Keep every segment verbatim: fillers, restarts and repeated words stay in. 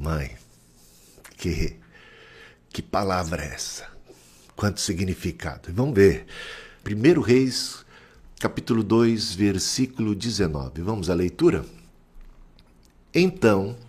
Mãe, que, que palavra é essa? Quanto significado? Vamos ver. primeiro Reis, capítulo dois, versículo dezenove. Vamos à leitura? Então,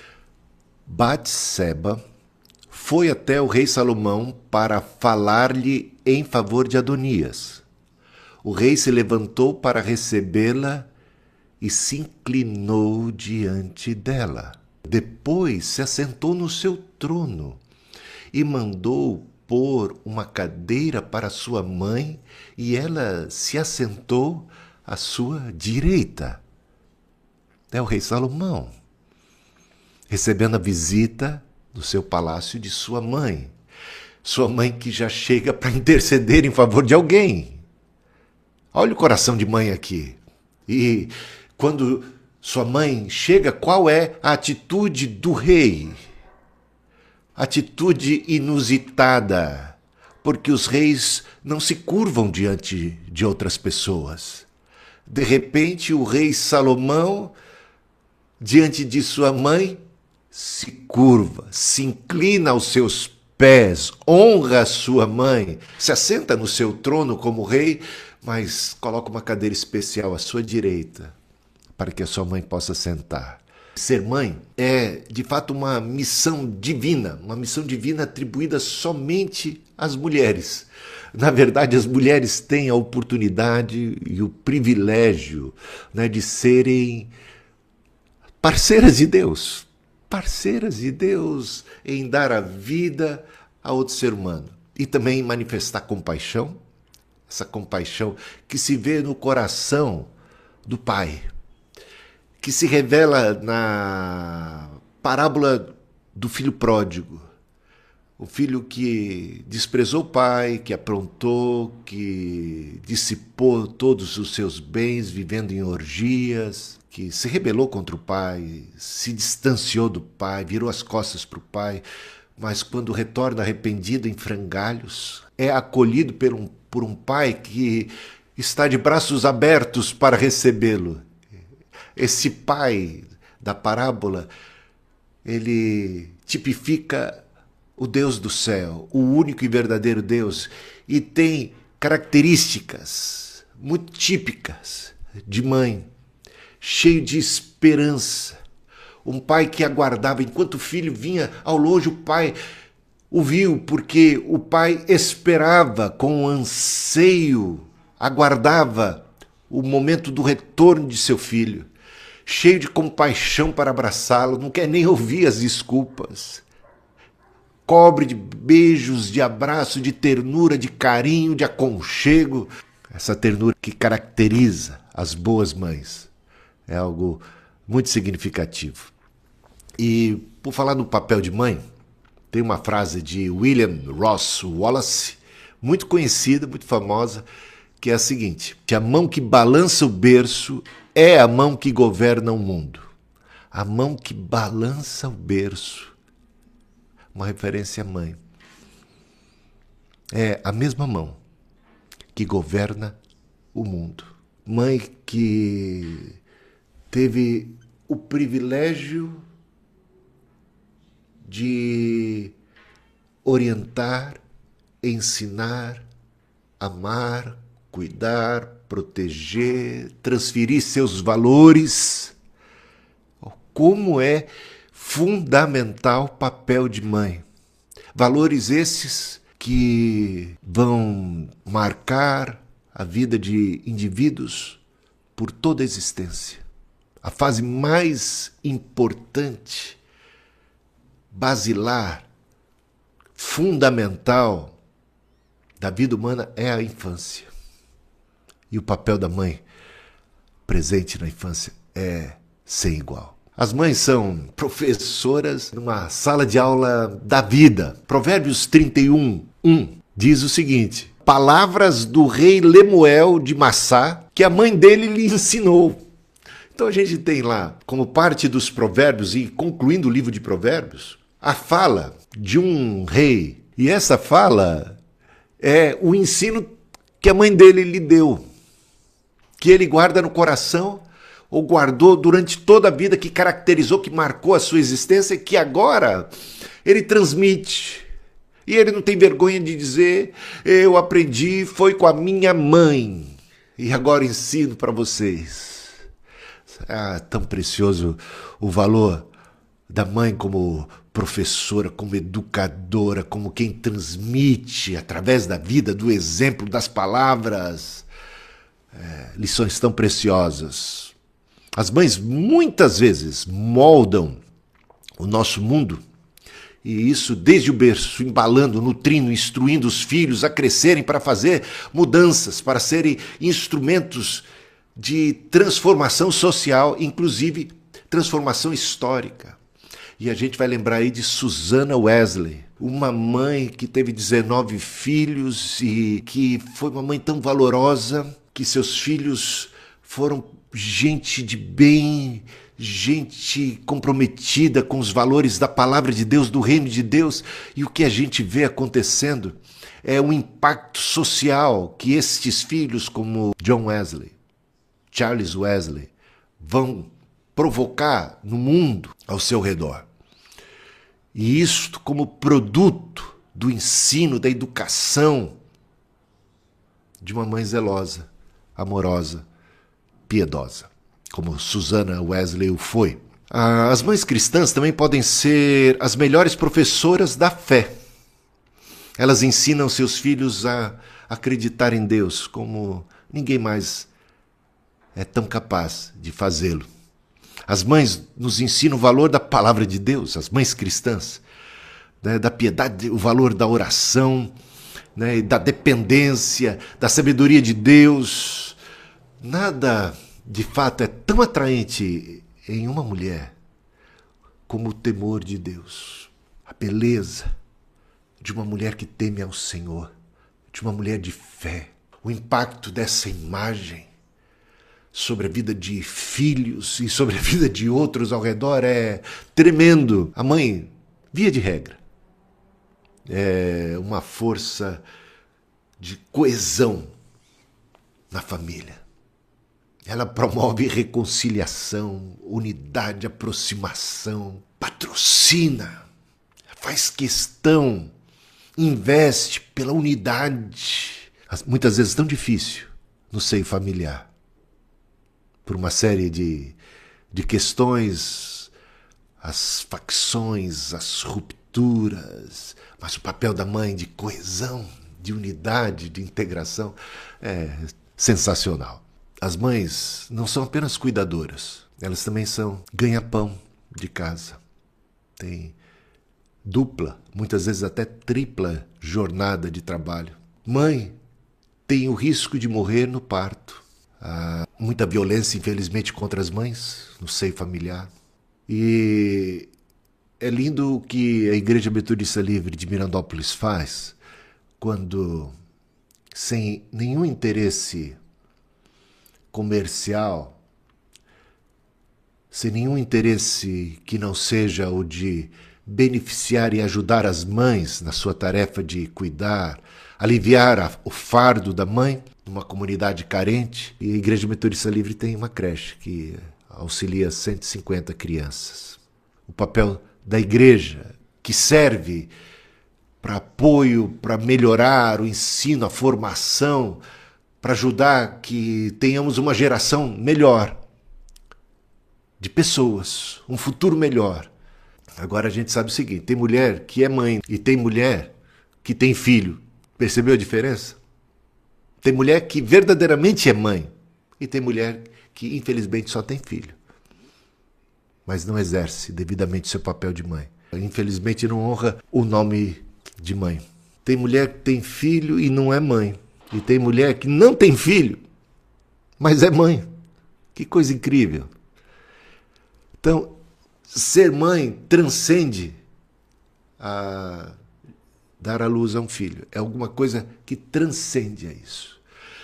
Batseba foi até o rei Salomão para falar-lhe em favor de Adonias. O rei se levantou para recebê-la e se inclinou diante dela. Depois se assentou no seu trono e mandou pôr uma cadeira para sua mãe, e ela se assentou à sua direita. É o rei Salomão, recebendo a visita no seu palácio de sua mãe. Sua mãe que já chega para interceder em favor de alguém. Olha o coração de mãe aqui. E quando sua mãe chega, qual é a atitude do rei? Atitude inusitada, porque os reis não se curvam diante de outras pessoas. De repente, o rei Salomão, diante de sua mãe, se curva, se inclina aos seus pés, honra a sua mãe, se assenta no seu trono como rei, mas coloca uma cadeira especial à sua direita, para que a sua mãe possa sentar. Ser mãe é, de fato, uma missão divina, uma missão divina atribuída somente às mulheres. Na verdade, as mulheres têm a oportunidade e o privilégio, né, de serem parceiras de Deus, parceiras de Deus em dar a vida a outro ser humano e também manifestar compaixão, essa compaixão que se vê no coração do Pai, que se revela na parábola do filho pródigo. O filho que desprezou o pai, que aprontou, que dissipou todos os seus bens, vivendo em orgias, que se rebelou contra o pai, se distanciou do pai, virou as costas para o pai, mas quando retorna arrependido em frangalhos, é acolhido por um, por um pai que está de braços abertos para recebê-lo. Esse pai da parábola, ele tipifica o Deus do céu, o único e verdadeiro Deus, e tem características muito típicas de mãe, cheio de esperança. Um pai que aguardava, enquanto o filho vinha ao longe, o pai o viu, porque o pai esperava com anseio, aguardava o momento do retorno de seu filho. Cheio de compaixão para abraçá-lo, não quer nem ouvir as desculpas. Cobre de beijos, de abraço, de ternura, de carinho, de aconchego. Essa ternura que caracteriza as boas mães. É algo muito significativo. E, por falar no papel de mãe, tem uma frase de William Ross Wallace, muito conhecida, muito famosa, que é a seguinte: que a mão que balança o berço é a mão que governa o mundo. A mão que balança o berço. Uma referência à mãe. É a mesma mão que governa o mundo. Mãe que teve o privilégio de orientar, ensinar, amar, cuidar, proteger, transferir seus valores. Como é fundamental o papel de mãe. Valores esses que vão marcar a vida de indivíduos por toda a existência. A fase mais importante, basilar, fundamental da vida humana é a infância. E o papel da mãe presente na infância é sem igual. As mães são professoras numa sala de aula da vida. Provérbios trinta e um, um diz o seguinte: palavras do rei Lemuel de Massá, que a mãe dele lhe ensinou. Então a gente tem lá, como parte dos provérbios, e concluindo o livro de provérbios, a fala de um rei. E essa fala é o ensino que a mãe dele lhe deu, que ele guarda no coração, ou guardou durante toda a vida, que caracterizou, que marcou a sua existência e que agora ele transmite. E ele não tem vergonha de dizer: eu aprendi, foi com a minha mãe e agora ensino para vocês. Ah, tão precioso o valor da mãe como professora, como educadora, como quem transmite através da vida, do exemplo, das palavras, é, lições tão preciosas. As mães muitas vezes moldam o nosso mundo, e isso desde o berço, embalando, nutrindo, instruindo os filhos a crescerem para fazer mudanças, para serem instrumentos de transformação social, inclusive transformação histórica. E a gente vai lembrar aí de Susanna Wesley, uma mãe que teve dezenove filhos e que foi uma mãe tão valorosa que seus filhos foram gente de bem, gente comprometida com os valores da palavra de Deus, do reino de Deus. E o que a gente vê acontecendo é o impacto social que estes filhos, como John Wesley, Charles Wesley, vão provocar no mundo ao seu redor. E isto como produto do ensino, da educação de uma mãe zelosa, amorosa, piedosa, como Susanna Wesley o foi. As mães cristãs também podem ser as melhores professoras da fé. Elas ensinam seus filhos a acreditar em Deus como ninguém mais é tão capaz de fazê-lo. As mães nos ensinam o valor da palavra de Deus, as mães cristãs, né, da piedade, o valor da oração, né, da dependência, da sabedoria de Deus. Nada, de fato, é tão atraente em uma mulher como o temor de Deus, a beleza de uma mulher que teme ao Senhor, de uma mulher de fé, o impacto dessa imagem sobre a vida de filhos e sobre a vida de outros ao redor é tremendo. A mãe, via de regra, é uma força de coesão na família. Ela promove reconciliação, unidade, aproximação, patrocina, faz questão, investe pela unidade. Muitas vezes tão difícil no seio familiar, por uma série de, de questões, as facções, as rupturas, mas o papel da mãe de coesão, de unidade, de integração é sensacional. As mães não são apenas cuidadoras, elas também são ganha-pão de casa. Tem dupla, muitas vezes até tripla jornada de trabalho. Mãe tem o risco de morrer no parto. Há muita violência, infelizmente, contra as mães no seio familiar. E é lindo o que a Igreja Metodista Livre de Mirandópolis faz quando, sem nenhum interesse comercial, sem nenhum interesse que não seja o de beneficiar e ajudar as mães na sua tarefa de cuidar, aliviar a, o fardo da mãe numa comunidade carente. E a Igreja Metodista Livre tem uma creche que auxilia cento e cinquenta crianças. O papel da igreja, que serve para apoio, para melhorar o ensino, a formação, para ajudar que tenhamos uma geração melhor de pessoas, um futuro melhor. Agora a gente sabe o seguinte, tem mulher que é mãe e tem mulher que tem filho. Percebeu a diferença? Tem mulher que verdadeiramente é mãe e tem mulher que infelizmente só tem filho, mas não exerce devidamente seu papel de mãe. Infelizmente não honra o nome de mãe. Tem mulher que tem filho e não é mãe. E tem mulher que não tem filho, mas é mãe. Que coisa incrível. Então, ser mãe transcende a dar à luz a um filho. É alguma coisa que transcende a isso.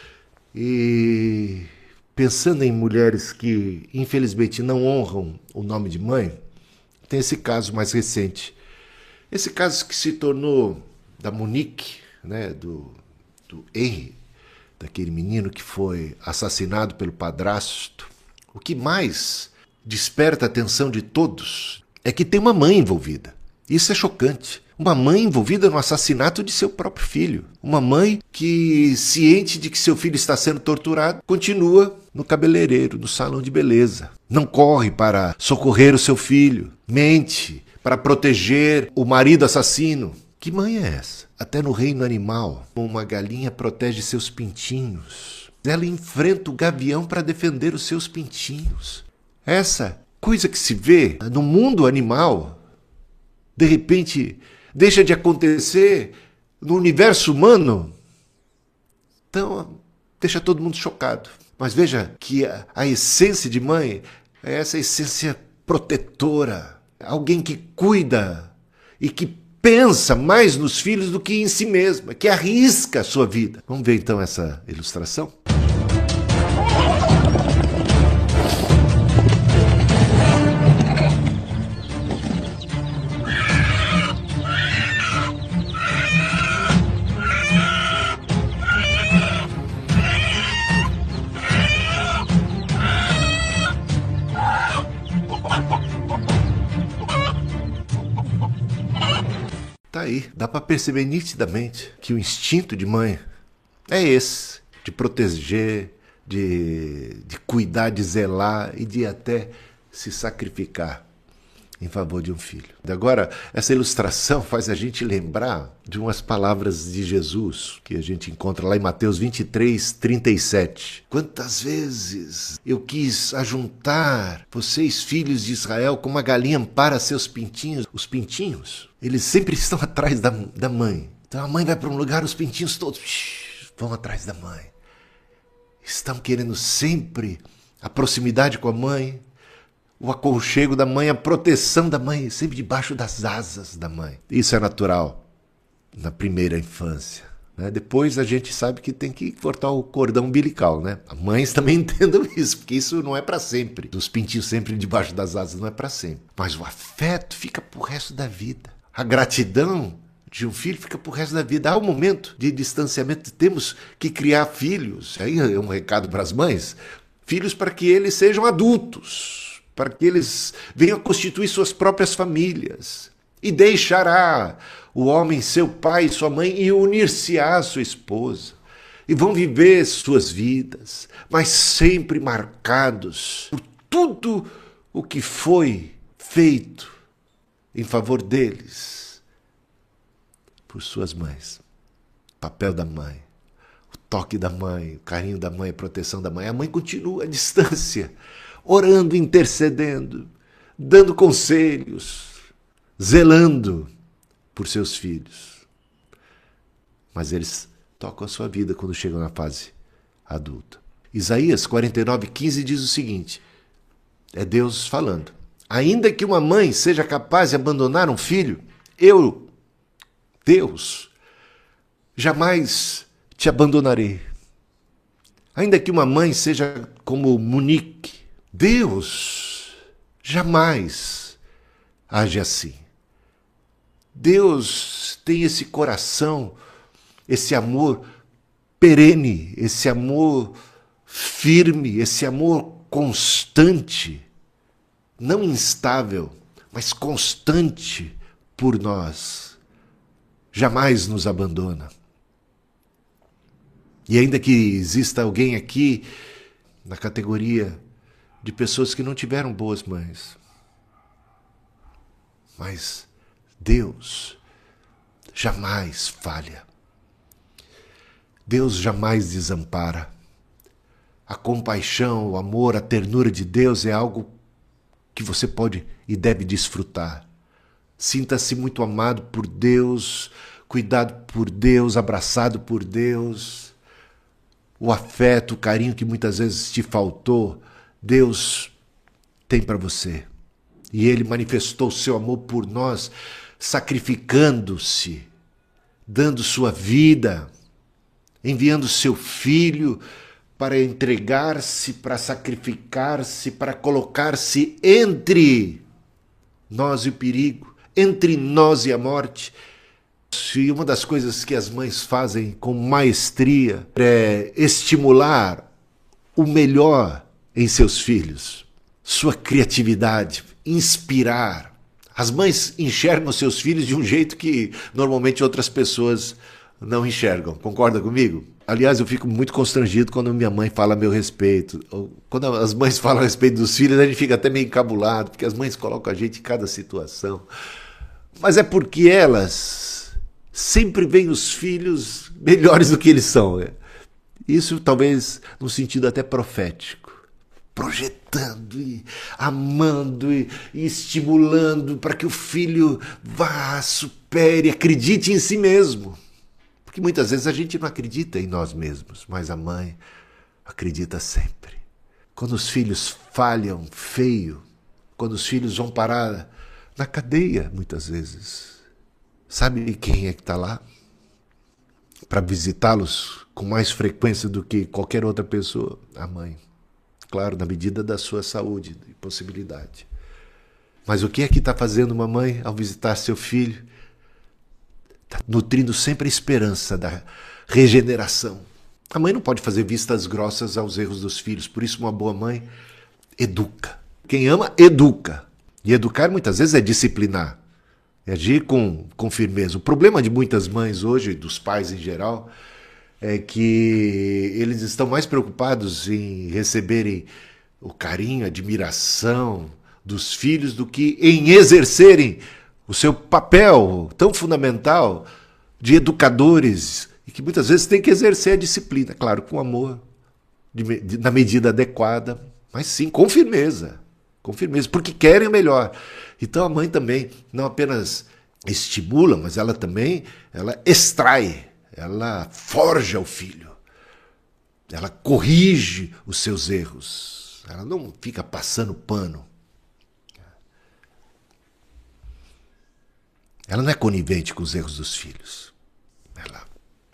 E pensando em mulheres que, infelizmente, não honram o nome de mãe, tem esse caso mais recente. Esse caso que se tornou da Monique, né, do, do Henry, daquele menino que foi assassinado pelo padrasto, O que mais desperta a atenção de todos é que tem uma mãe envolvida. Isso é chocante. Uma mãe envolvida no assassinato de seu próprio filho. Uma mãe que, ciente de que seu filho está sendo torturado, continua no cabeleireiro, no salão de beleza. Não corre para socorrer o seu filho. Mente para proteger o marido assassino. Que mãe é essa? Até no reino animal, uma galinha protege seus pintinhos. Ela enfrenta o gavião para defender os seus pintinhos. Essa coisa que se vê no mundo animal, de repente, deixa de acontecer no universo humano. Então, deixa todo mundo chocado. Mas veja que a, a essência de mãe é essa essência protetora. Alguém que cuida e que pensa mais nos filhos do que em si mesma, que arrisca a sua vida. Vamos ver então essa ilustração? Tá aí, dá para perceber nitidamente que o instinto de mãe é esse, de proteger, de, de cuidar, de zelar e de até se sacrificar em favor de um filho. Agora, essa ilustração faz a gente lembrar de umas palavras de Jesus que a gente encontra lá em Mateus vinte e três, trinta e sete. Quantas vezes eu quis ajuntar vocês, filhos de Israel, como a galinha ampara seus pintinhos. Os pintinhos, eles sempre estão atrás da, da mãe. Então a mãe vai para um lugar, os pintinhos todos shh, vão atrás da mãe. Estão querendo sempre a proximidade com a mãe, o aconchego da mãe, a proteção da mãe, sempre debaixo das asas da mãe. Isso é natural na primeira infância, né? Depois a gente sabe que tem que cortar o cordão umbilical, né? As mães também entendam isso, porque isso não é para sempre. Os pintinhos sempre debaixo das asas não é para sempre. Mas o afeto fica pro resto da vida. A gratidão de um filho fica pro resto da vida. Há um momento de distanciamento, temos que criar filhos. Aí é um recado para as mães. Filhos para que eles sejam adultos, para que eles venham a constituir suas próprias famílias. E deixará o homem seu pai e sua mãe e unir-se-á à sua esposa. E vão viver suas vidas, mas sempre marcados por tudo o que foi feito em favor deles, por suas mães. O papel da mãe, o toque da mãe, o carinho da mãe, a proteção da mãe. A mãe continua à distância, orando, intercedendo, dando conselhos, zelando por seus filhos. Mas eles tocam a sua vida quando chegam na fase adulta. Isaías quarenta e nove, quinze diz o seguinte, é Deus falando. Ainda que uma mãe seja capaz de abandonar um filho, eu, Deus, jamais te abandonarei. Ainda que uma mãe seja como Munique, Deus jamais age assim. Deus tem esse coração, esse amor perene, esse amor firme, esse amor constante, não instável, mas constante por nós. Jamais nos abandona. E ainda que exista alguém aqui na categoria de pessoas que não tiveram boas mães, mas Deus jamais falha. Deus jamais desampara. A compaixão, o amor, a ternura de Deus é algo que você pode e deve desfrutar. Sinta-se muito amado por Deus, cuidado por Deus, abraçado por Deus. O afeto, o carinho que muitas vezes te faltou, Deus tem para você. E Ele manifestou o seu amor por nós, sacrificando-se, dando sua vida, enviando seu Filho para entregar-se, para sacrificar-se, para colocar-se entre nós e o perigo, entre nós e a morte. E uma das coisas que as mães fazem com maestria é estimular o melhor em seus filhos, sua criatividade, inspirar. As mães enxergam seus filhos de um jeito que normalmente outras pessoas não enxergam. Concorda comigo? Aliás, eu fico muito constrangido quando minha mãe fala a meu respeito. Quando as mães falam a respeito dos filhos, a gente fica até meio encabulado, porque as mães colocam a gente em cada situação. Mas é porque elas sempre veem os filhos melhores do que eles são. Isso talvez num sentido até profético. Projetando e amando e, e estimulando para que o filho vá, supere, acredite em si mesmo. Porque muitas vezes a gente não acredita em nós mesmos, mas a mãe acredita sempre. Quando os filhos falham feio, quando os filhos vão parar na cadeia, muitas vezes, sabe quem é que está lá? Para visitá-los com mais frequência do que qualquer outra pessoa? A mãe. Claro, na medida da sua saúde e possibilidade. Mas o que é que está fazendo uma mãe ao visitar seu filho? Está nutrindo sempre a esperança da regeneração. A mãe não pode fazer vistas grossas aos erros dos filhos, por isso uma boa mãe educa. Quem ama, educa. E educar muitas vezes é disciplinar, é agir com, com firmeza. O problema de muitas mães hoje, dos pais em geral, é que eles estão mais preocupados em receberem o carinho, a admiração dos filhos do que em exercerem o seu papel tão fundamental de educadores e que muitas vezes tem que exercer a disciplina, claro, com amor, de, de, na medida adequada, mas sim com firmeza, com firmeza, porque querem o melhor. Então a mãe também não apenas estimula, mas ela também ela extrai, ela forja o filho, ela corrige os seus erros, ela não fica passando pano. Ela não é conivente com os erros dos filhos. Ela...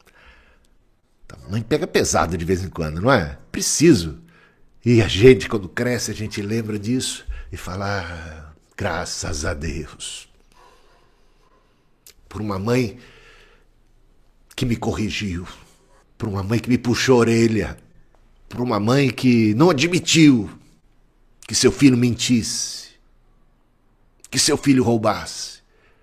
A mãe pega pesado de vez em quando, não é? Preciso. E a gente, quando cresce, a gente lembra disso e fala, ah, graças a Deus. Por uma mãe que me corrigiu, por uma mãe que me puxou a orelha, por uma mãe que não admitiu que seu filho mentisse, que seu filho roubasse,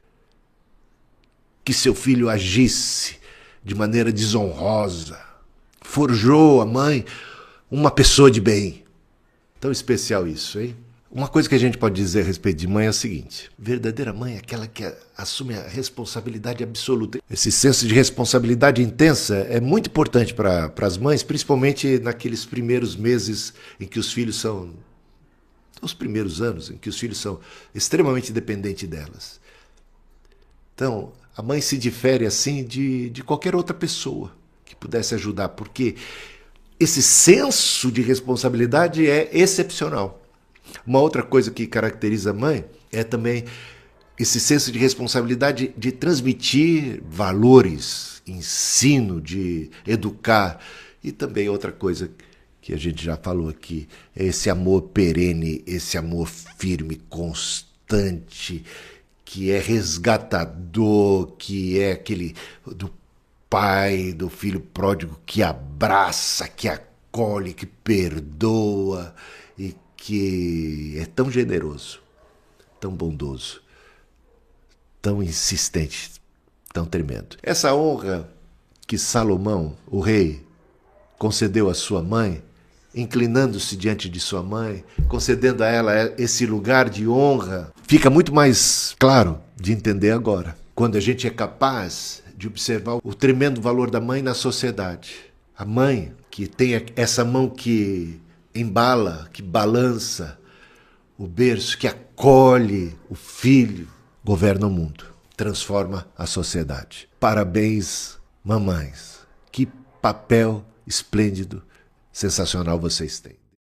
que seu filho agisse de maneira desonrosa. Forjou a mãe uma pessoa de bem. Tão especial isso, hein? Uma coisa que a gente pode dizer a respeito de mãe é o seguinte: verdadeira mãe é aquela que assume a responsabilidade absoluta. Esse senso de responsabilidade intensa é muito importante para as mães, principalmente naqueles primeiros meses em que os filhos são... Os primeiros anos em que os filhos são extremamente dependentes delas. Então, a mãe se difere assim de, de qualquer outra pessoa que pudesse ajudar, porque esse senso de responsabilidade é excepcional. Uma outra coisa que caracteriza a mãe é também esse senso de responsabilidade de transmitir valores, ensino, de educar. E também outra coisa que a gente já falou aqui, é esse amor perene, esse amor firme, constante, que é resgatador, que é aquele do pai, do filho pródigo que abraça, que acolhe, que perdoa e que é tão generoso, tão bondoso, tão insistente, tão tremendo. Essa honra que Salomão, o rei, concedeu à sua mãe, inclinando-se diante de sua mãe, concedendo a ela esse lugar de honra, fica muito mais claro de entender agora, quando a gente é capaz de observar o tremendo valor da mãe na sociedade. A mãe que tem essa mão que embala, que balança o berço, que acolhe o filho, governa o mundo, transforma a sociedade. Parabéns, mamães. Que papel esplêndido, sensacional vocês têm.